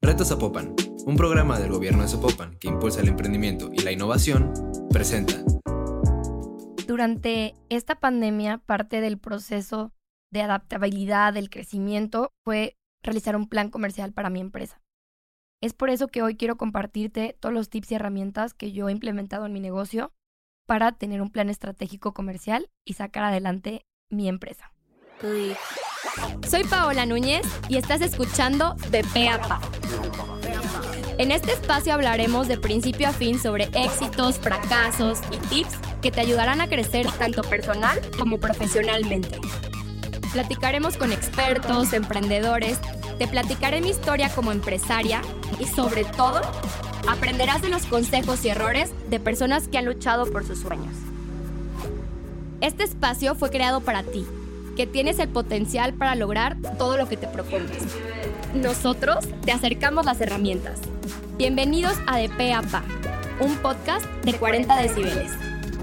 Reto Zapopan, un programa del gobierno de Zapopan que impulsa el emprendimiento y la innovación, presenta. Durante esta pandemia, parte del proceso de adaptabilidad, del crecimiento, fue realizar un plan comercial para mi empresa. Es por eso que hoy quiero compartirte todos los tips y herramientas que yo he implementado en mi negocio para tener un plan estratégico comercial y sacar adelante mi empresa. Soy Paola Núñez y estás escuchando De Pe a Pa. En este espacio hablaremos de principio a fin sobre éxitos, fracasos y tips que te ayudarán a crecer tanto personal como profesionalmente. Platicaremos con expertos, emprendedores, te platicaré mi historia como empresaria y sobre todo, aprenderás de los consejos y errores de personas que han luchado por sus sueños. Este espacio fue creado para ti, que tienes el potencial para lograr todo lo que te propongas. Nosotros te acercamos las herramientas. Bienvenidos a De Pe a Pa, un podcast de 40 decibeles.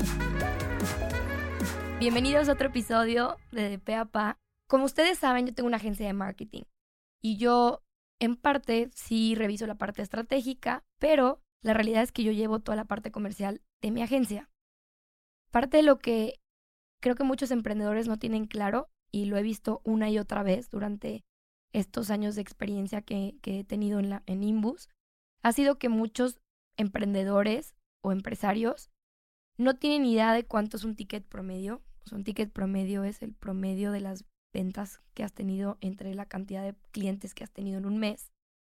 Bienvenidos a otro episodio de Pe a Pa. Como ustedes saben, yo tengo una agencia de marketing y yo, en parte, sí reviso la parte estratégica, pero la realidad es que yo llevo toda la parte comercial de mi agencia. Parte de lo que creo que muchos emprendedores no tienen claro, y lo he visto una y otra vez durante estos años de experiencia que he tenido en Nimbus, ha sido que muchos emprendedores o empresarios no tienen idea de cuánto es un ticket promedio. O sea, un ticket promedio es el promedio de las ventas que has tenido entre la cantidad de clientes que has tenido en un mes.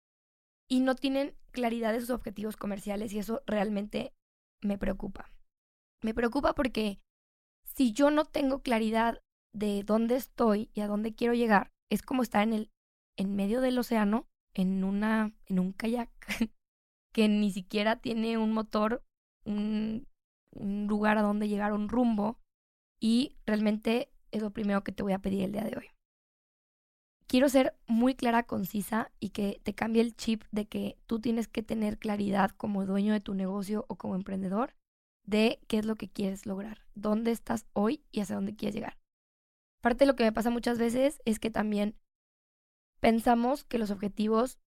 Y no tienen claridad de sus objetivos comerciales y eso realmente me preocupa. Me preocupa porque si yo no tengo claridad de dónde estoy y a dónde quiero llegar, es como estar en medio del océano, en un kayak que ni siquiera tiene un motor, un lugar a donde llegar, un rumbo, y realmente es lo primero que te voy a pedir el día de hoy. Quiero ser muy clara, concisa y que te cambie el chip de que tú tienes que tener claridad como dueño de tu negocio o como emprendedor de qué es lo que quieres lograr, dónde estás hoy y hacia dónde quieres llegar. Parte de lo que me pasa muchas veces es que también pensamos que los objetivos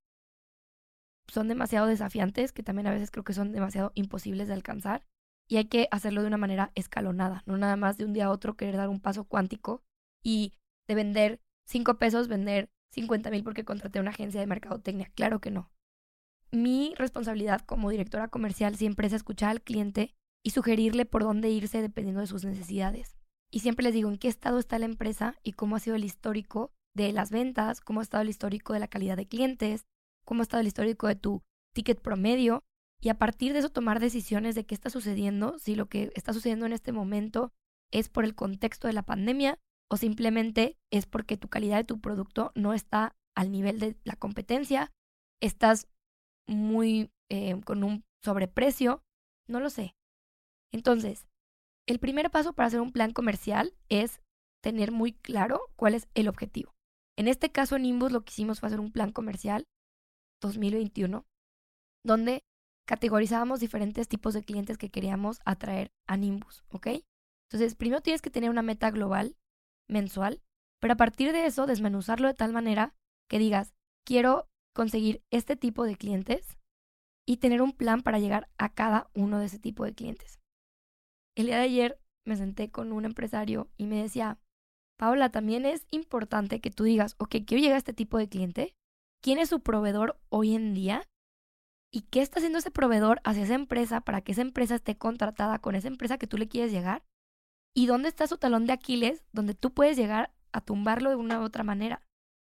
son demasiado desafiantes, que también a veces creo que son demasiado imposibles de alcanzar y hay que hacerlo de una manera escalonada, no nada más de un día a otro querer dar un paso cuántico y de vender 5 pesos, vender 50,000 porque contraté una agencia de mercadotecnia. Claro que no. Mi responsabilidad como directora comercial siempre es escuchar al cliente y sugerirle por dónde irse dependiendo de sus necesidades. Y siempre les digo en qué estado está la empresa y cómo ha sido el histórico de las ventas, cómo ha estado el histórico de la calidad de clientes, cómo ha estado el histórico de tu ticket promedio y a partir de eso tomar decisiones de qué está sucediendo, si lo que está sucediendo en este momento es por el contexto de la pandemia o simplemente es porque tu calidad de tu producto no está al nivel de la competencia, estás muy con un sobreprecio, no lo sé. Entonces, el primer paso para hacer un plan comercial es tener muy claro cuál es el objetivo. En este caso, en Nimbus lo que hicimos fue hacer un plan comercial 2021, donde categorizábamos diferentes tipos de clientes que queríamos atraer a Nimbus, ¿ok? Entonces, primero tienes que tener una meta global, mensual, pero a partir de eso desmenuzarlo de tal manera que digas, quiero conseguir este tipo de clientes y tener un plan para llegar a cada uno de ese tipo de clientes. El día de ayer me senté con un empresario y me decía, Paola, también es importante que tú digas, ok, quiero llegar a este tipo de cliente, ¿quién es su proveedor hoy en día? ¿Y qué está haciendo ese proveedor hacia esa empresa para que esa empresa esté contratada con esa empresa que tú le quieres llegar? ¿Y dónde está su talón de Aquiles donde tú puedes llegar a tumbarlo de una u otra manera?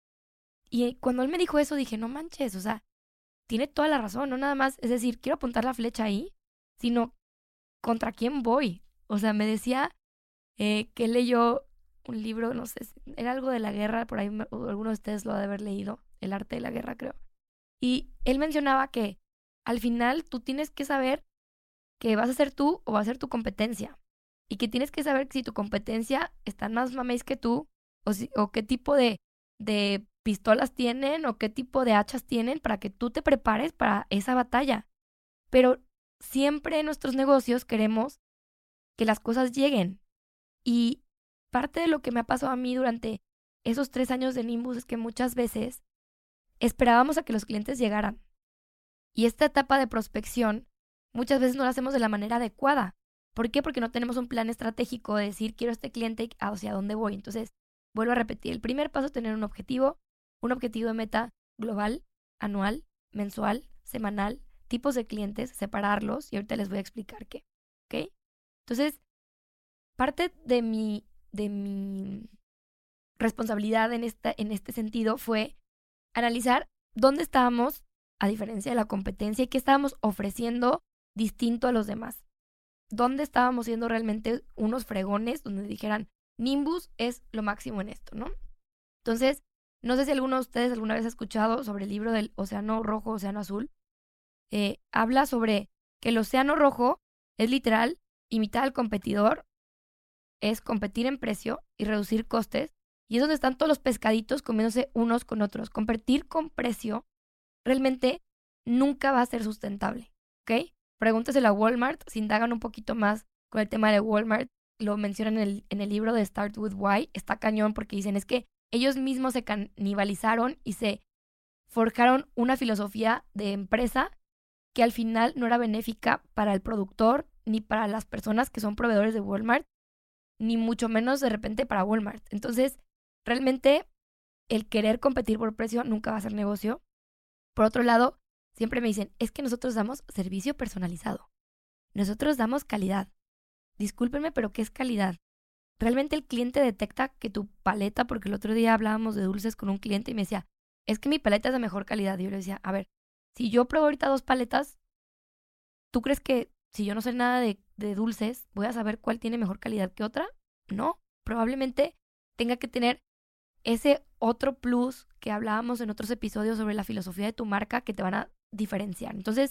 Y cuando él me dijo eso dije, no manches, o sea, tiene toda la razón, no nada más, es decir, quiero apuntar la flecha ahí, sino ¿contra quién voy? O sea, me decía que leyó un libro, no sé, era algo de la guerra, por ahí alguno de ustedes lo ha de haber leído, El arte de la guerra, creo. Y él mencionaba que al final tú tienes que saber que vas a ser tú o va a ser tu competencia. Y que tienes que saber que si tu competencia están más mameis que tú, o qué tipo de pistolas tienen, o qué tipo de hachas tienen, para que tú te prepares para esa batalla. Pero siempre en nuestros negocios queremos que las cosas lleguen. Y parte de lo que me ha pasado a mí durante esos 3 años de Nimbus es que muchas veces esperábamos a que los clientes llegaran. Y esta etapa de prospección muchas veces no la hacemos de la manera adecuada. ¿Por qué? Porque no tenemos un plan estratégico de decir, quiero este cliente hacia dónde voy. Entonces, vuelvo a repetir, el primer paso es tener un objetivo de meta global, anual, mensual, semanal, tipos de clientes, separarlos y ahorita les voy a explicar qué. ¿Ok? Entonces, parte de mi responsabilidad en este sentido fue analizar dónde estábamos a diferencia de la competencia y qué estábamos ofreciendo distinto a los demás. Dónde estábamos siendo realmente unos fregones donde dijeran, Nimbus es lo máximo en esto, ¿no? Entonces, no sé si alguno de ustedes alguna vez ha escuchado sobre el libro del Océano Rojo, Océano Azul. Habla sobre que el Océano Rojo es literal imitar al competidor, es competir en precio y reducir costes, y es donde están todos los pescaditos comiéndose unos con otros. Competir con precio realmente nunca va a ser sustentable, ¿ok? Pregúntaselo a Walmart, si indagan un poquito más con el tema de Walmart, lo mencionan en el libro de Start With Why, está cañón porque dicen, es que ellos mismos se canibalizaron y se forjaron una filosofía de empresa que al final no era benéfica para el productor, ni para las personas que son proveedores de Walmart, ni mucho menos de repente para Walmart. Entonces, realmente el querer competir por precio nunca va a ser negocio. Por otro lado, siempre me dicen, es que nosotros damos servicio personalizado. Nosotros damos calidad. Discúlpenme, pero ¿qué es calidad? Realmente el cliente detecta que tu paleta, porque el otro día hablábamos de dulces con un cliente y me decía, es que mi paleta es de mejor calidad. Y yo le decía, a ver, si yo pruebo ahorita 2 paletas, ¿tú crees que si yo no sé nada de dulces, voy a saber cuál tiene mejor calidad que otra? No, probablemente tenga que tener ese otro plus que hablábamos en otros episodios sobre la filosofía de tu marca que te van a diferenciar. Entonces,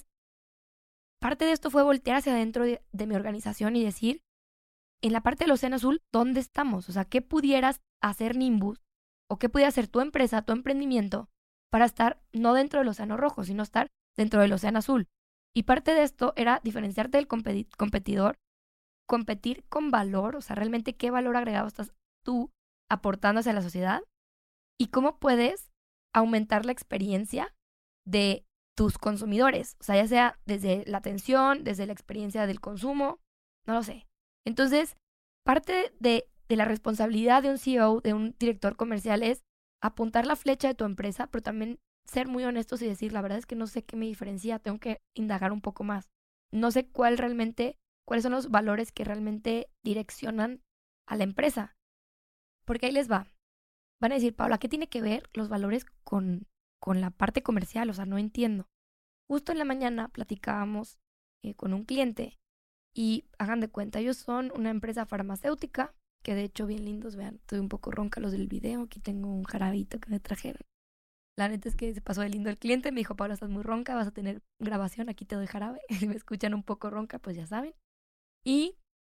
parte de esto fue voltear hacia adentro de mi organización y decir, en la parte del Océano Azul, ¿dónde estamos? O sea, ¿qué pudieras hacer Nimbus o qué pudiera hacer tu empresa, tu emprendimiento para estar no dentro del Océano Rojo, sino estar dentro del Océano Azul? Y parte de esto era diferenciarte del competidor, competir con valor, o sea, realmente qué valor agregado estás tú aportando hacia la sociedad y cómo puedes aumentar la experiencia de tus consumidores, o sea, ya sea desde la atención, desde la experiencia del consumo, no lo sé. Entonces, parte de la responsabilidad de un CEO, de un director comercial es apuntar la flecha de tu empresa, pero también ser muy honestos y decir, la verdad es que no sé qué me diferencia, tengo que indagar un poco más. No sé cuáles son los valores que realmente direccionan a la empresa. Porque ahí les va. Van a decir, Paula, ¿qué tiene que ver los valores con la parte comercial? O sea, no entiendo. Justo en la mañana platicábamos con un cliente y hagan de cuenta, ellos son una empresa farmacéutica, que de hecho bien lindos, vean, estoy un poco ronca los del video, aquí tengo un jarabito que me trajeron. La neta es que se pasó de lindo el cliente, me dijo, Paula, estás muy ronca, vas a tener grabación, aquí te doy jarabe. Si me escuchan un poco ronca, pues ya saben. Y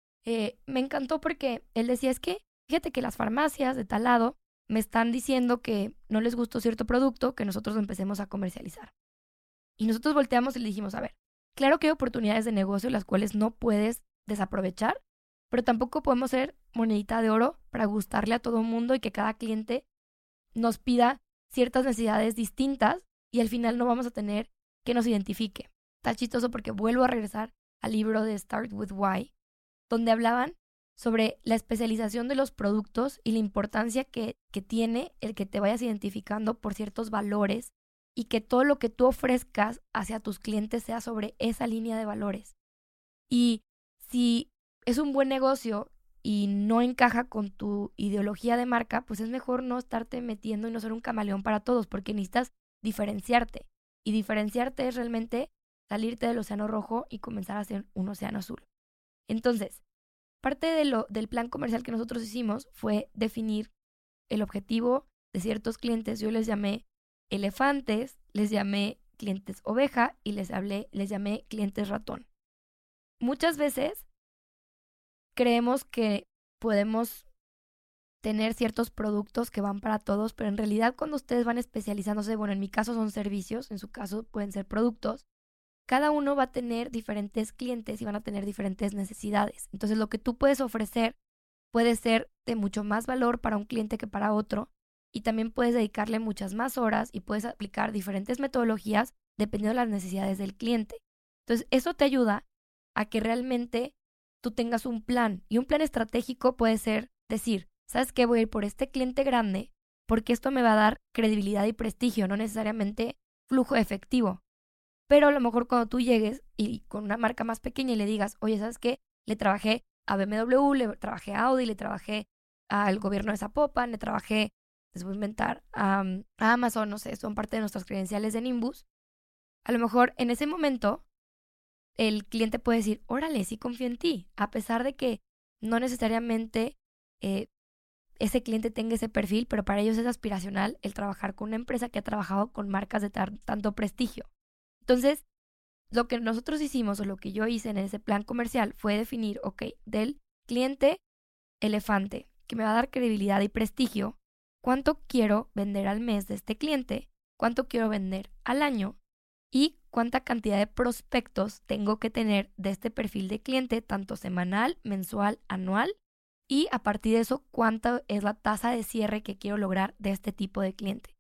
me encantó porque él decía, es que fíjate que las farmacias de tal lado me están diciendo que no les gustó cierto producto que nosotros empecemos a comercializar. Y nosotros volteamos y le dijimos, a ver, claro que hay oportunidades de negocio las cuales no puedes desaprovechar, pero tampoco podemos ser monedita de oro para gustarle a todo el mundo y que cada cliente nos pida ciertas necesidades distintas y al final no vamos a tener que nos identifique. Está chistoso porque vuelvo a regresar al libro de Start With Why, donde hablaban sobre la especialización de los productos y la importancia que tiene el que te vayas identificando por ciertos valores y que todo lo que tú ofrezcas hacia tus clientes sea sobre esa línea de valores. Y si es un buen negocio y no encaja con tu ideología de marca, pues es mejor no estarte metiendo y no ser un camaleón para todos, porque necesitas diferenciarte. Y diferenciarte es realmente salirte del Océano Rojo y comenzar a hacer un Océano Azul. Entonces, parte del plan comercial que nosotros hicimos fue definir el objetivo de ciertos clientes. Yo les llamé elefantes, les llamé clientes oveja y les llamé clientes ratón. Muchas veces creemos que podemos tener ciertos productos que van para todos, pero en realidad cuando ustedes van especializándose, bueno, en mi caso son servicios, en su caso pueden ser productos, cada uno va a tener diferentes clientes y van a tener diferentes necesidades. Entonces, lo que tú puedes ofrecer puede ser de mucho más valor para un cliente que para otro. y también puedes dedicarle muchas más horas y puedes aplicar diferentes metodologías dependiendo de las necesidades del cliente. Entonces, eso te ayuda a que realmente tú tengas un plan. Y un plan estratégico puede ser decir, ¿sabes qué? Voy a ir por este cliente grande porque esto me va a dar credibilidad y prestigio, no necesariamente flujo efectivo. Pero a lo mejor cuando tú llegues y con una marca más pequeña y le digas, oye, ¿sabes qué? Le trabajé a BMW, le trabajé a Audi, le trabajé al gobierno de Zapopan, le trabajé, les voy a inventar, a Amazon, no sé, son parte de nuestras credenciales de Nimbus. A lo mejor en ese momento el cliente puede decir, órale, sí confío en ti, a pesar de que no necesariamente ese cliente tenga ese perfil, pero para ellos es aspiracional el trabajar con una empresa que ha trabajado con marcas de tanto prestigio. Entonces, lo que nosotros hicimos o lo que yo hice en ese plan comercial fue definir, ok, del cliente elefante, que me va a dar credibilidad y prestigio, cuánto quiero vender al mes de este cliente, cuánto quiero vender al año y cuánta cantidad de prospectos tengo que tener de este perfil de cliente, tanto semanal, mensual, anual, y a partir de eso, cuánta es la tasa de cierre que quiero lograr de este tipo de cliente.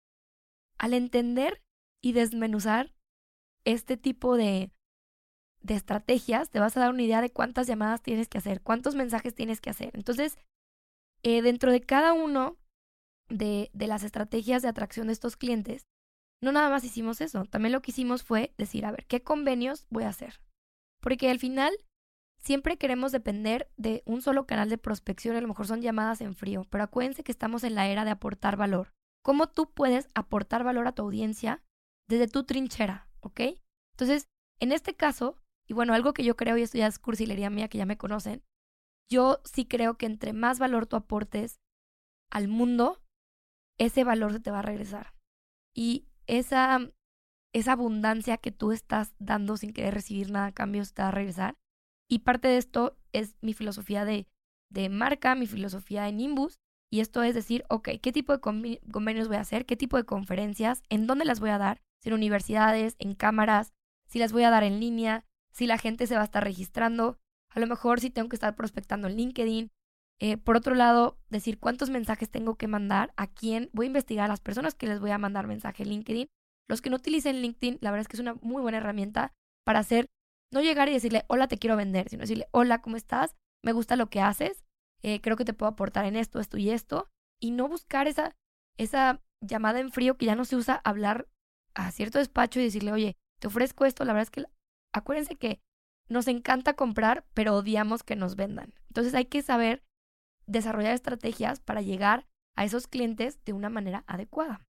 Al entender y desmenuzar este tipo de estrategias, te vas a dar una idea de cuántas llamadas tienes que hacer, cuántos mensajes tienes que hacer. Entonces, dentro de cada uno de las estrategias de atracción de estos clientes, no nada más hicimos eso, también lo que hicimos fue decir, a ver, ¿qué convenios voy a hacer? Porque al final siempre queremos depender de un solo canal de prospección, a lo mejor son llamadas en frío, pero acuérdense que estamos en la era de aportar valor. ¿Cómo tú puedes aportar valor a tu audiencia desde tu trinchera? ¿Ok? Entonces, en este caso, y bueno, algo que yo creo, y esto ya es cursilería mía, que ya me conocen, yo sí creo que entre más valor tú aportes al mundo, ese valor se te va a regresar. Y esa abundancia que tú estás dando sin querer recibir nada a cambio se te va a regresar. Y parte de esto es mi filosofía de marca, mi filosofía en Nimbus. Y esto es decir, ok, ¿qué tipo de convenios voy a hacer? ¿Qué tipo de conferencias? ¿En dónde las voy a dar? Si en universidades, en cámaras, si las voy a dar en línea, si la gente se va a estar registrando. A lo mejor si tengo que estar prospectando en LinkedIn. Por otro lado, decir cuántos mensajes tengo que mandar, a quién. Voy a investigar a las personas que les voy a mandar mensaje en LinkedIn. Los que no utilicen LinkedIn, la verdad es que es una muy buena herramienta para hacer, no llegar y decirle, hola, te quiero vender, sino decirle, hola, ¿cómo estás? Me gusta lo que haces. Creo que te puedo aportar en esto, esto y esto. Y no buscar esa llamada en frío que ya no se usa, hablar a cierto despacho y decirle, oye, te ofrezco esto. La verdad es que acuérdense que nos encanta comprar, pero odiamos que nos vendan. Entonces hay que saber desarrollar estrategias para llegar a esos clientes de una manera adecuada.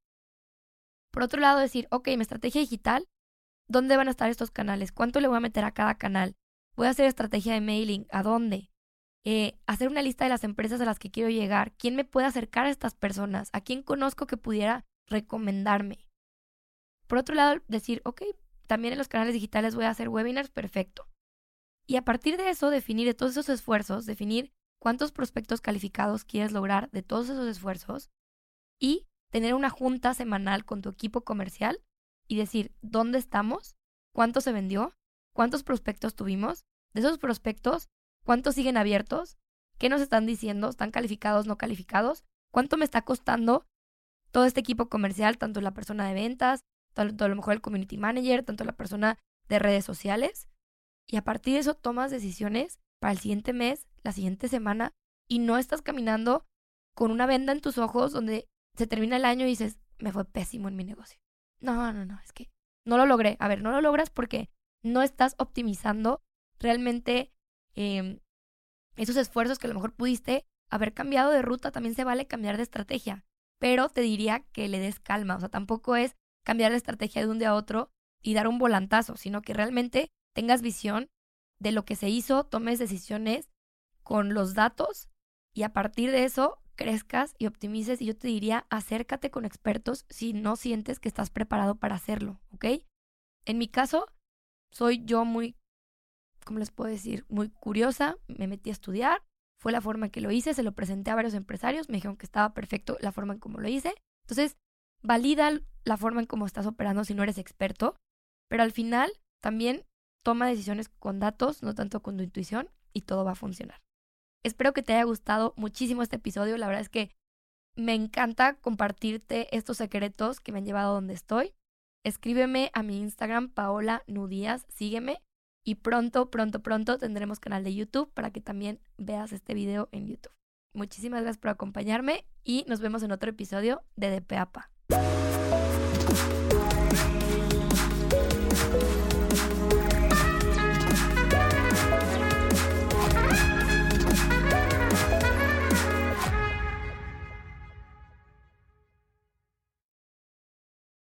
Por otro lado, decir, ok, mi estrategia digital, ¿dónde van a estar estos canales? ¿Cuánto le voy a meter a cada canal? ¿Voy a hacer estrategia de mailing? ¿A dónde? Hacer una lista de las empresas a las que quiero llegar. ¿Quién me puede acercar a estas personas? ¿A quién conozco que pudiera recomendarme? Por otro lado, decir, ok, también en los canales digitales voy a hacer webinars, perfecto. Y a partir de eso, definir de todos esos esfuerzos, definir cuántos prospectos calificados quieres lograr de todos esos esfuerzos y tener una junta semanal con tu equipo comercial y decir dónde estamos, cuánto se vendió, cuántos prospectos tuvimos, de esos prospectos, cuántos siguen abiertos, qué nos están diciendo, están calificados, no calificados, cuánto me está costando todo este equipo comercial, tanto la persona de ventas, tanto a lo mejor el community manager, tanto la persona de redes sociales. Y a partir de eso tomas decisiones para el siguiente mes, la siguiente semana, y no estás caminando con una venda en tus ojos donde se termina el año y dices, me fue pésimo en mi negocio. No, es que no lo logré. A ver, no lo logras porque no estás optimizando realmente esos esfuerzos que a lo mejor pudiste haber cambiado de ruta. También se vale cambiar de estrategia, pero te diría que le des calma. O sea, tampoco es cambiar de estrategia de un día a otro y dar un volantazo, sino que realmente tengas visión de lo que se hizo, tomes decisiones con los datos y a partir de eso crezcas y optimices. Y yo te diría, acércate con expertos si no sientes que estás preparado para hacerlo, ¿ok? En mi caso, soy yo muy, ¿cómo les puedo decir? Muy curiosa, me metí a estudiar, fue la forma en que lo hice, se lo presenté a varios empresarios, me dijeron que estaba perfecto la forma en cómo lo hice. Entonces, valida la forma en cómo estás operando si no eres experto, pero al final también toma decisiones con datos, no tanto con tu intuición, y todo va a funcionar. Espero que te haya gustado muchísimo este episodio. La verdad es que Me encanta compartirte estos secretos que me han llevado a donde estoy. Escríbeme a mi Instagram, Paola Nudías, sígueme. Y pronto tendremos canal de YouTube para que también veas este video en YouTube. Muchísimas gracias por acompañarme y nos vemos en otro episodio de Pe a Pa.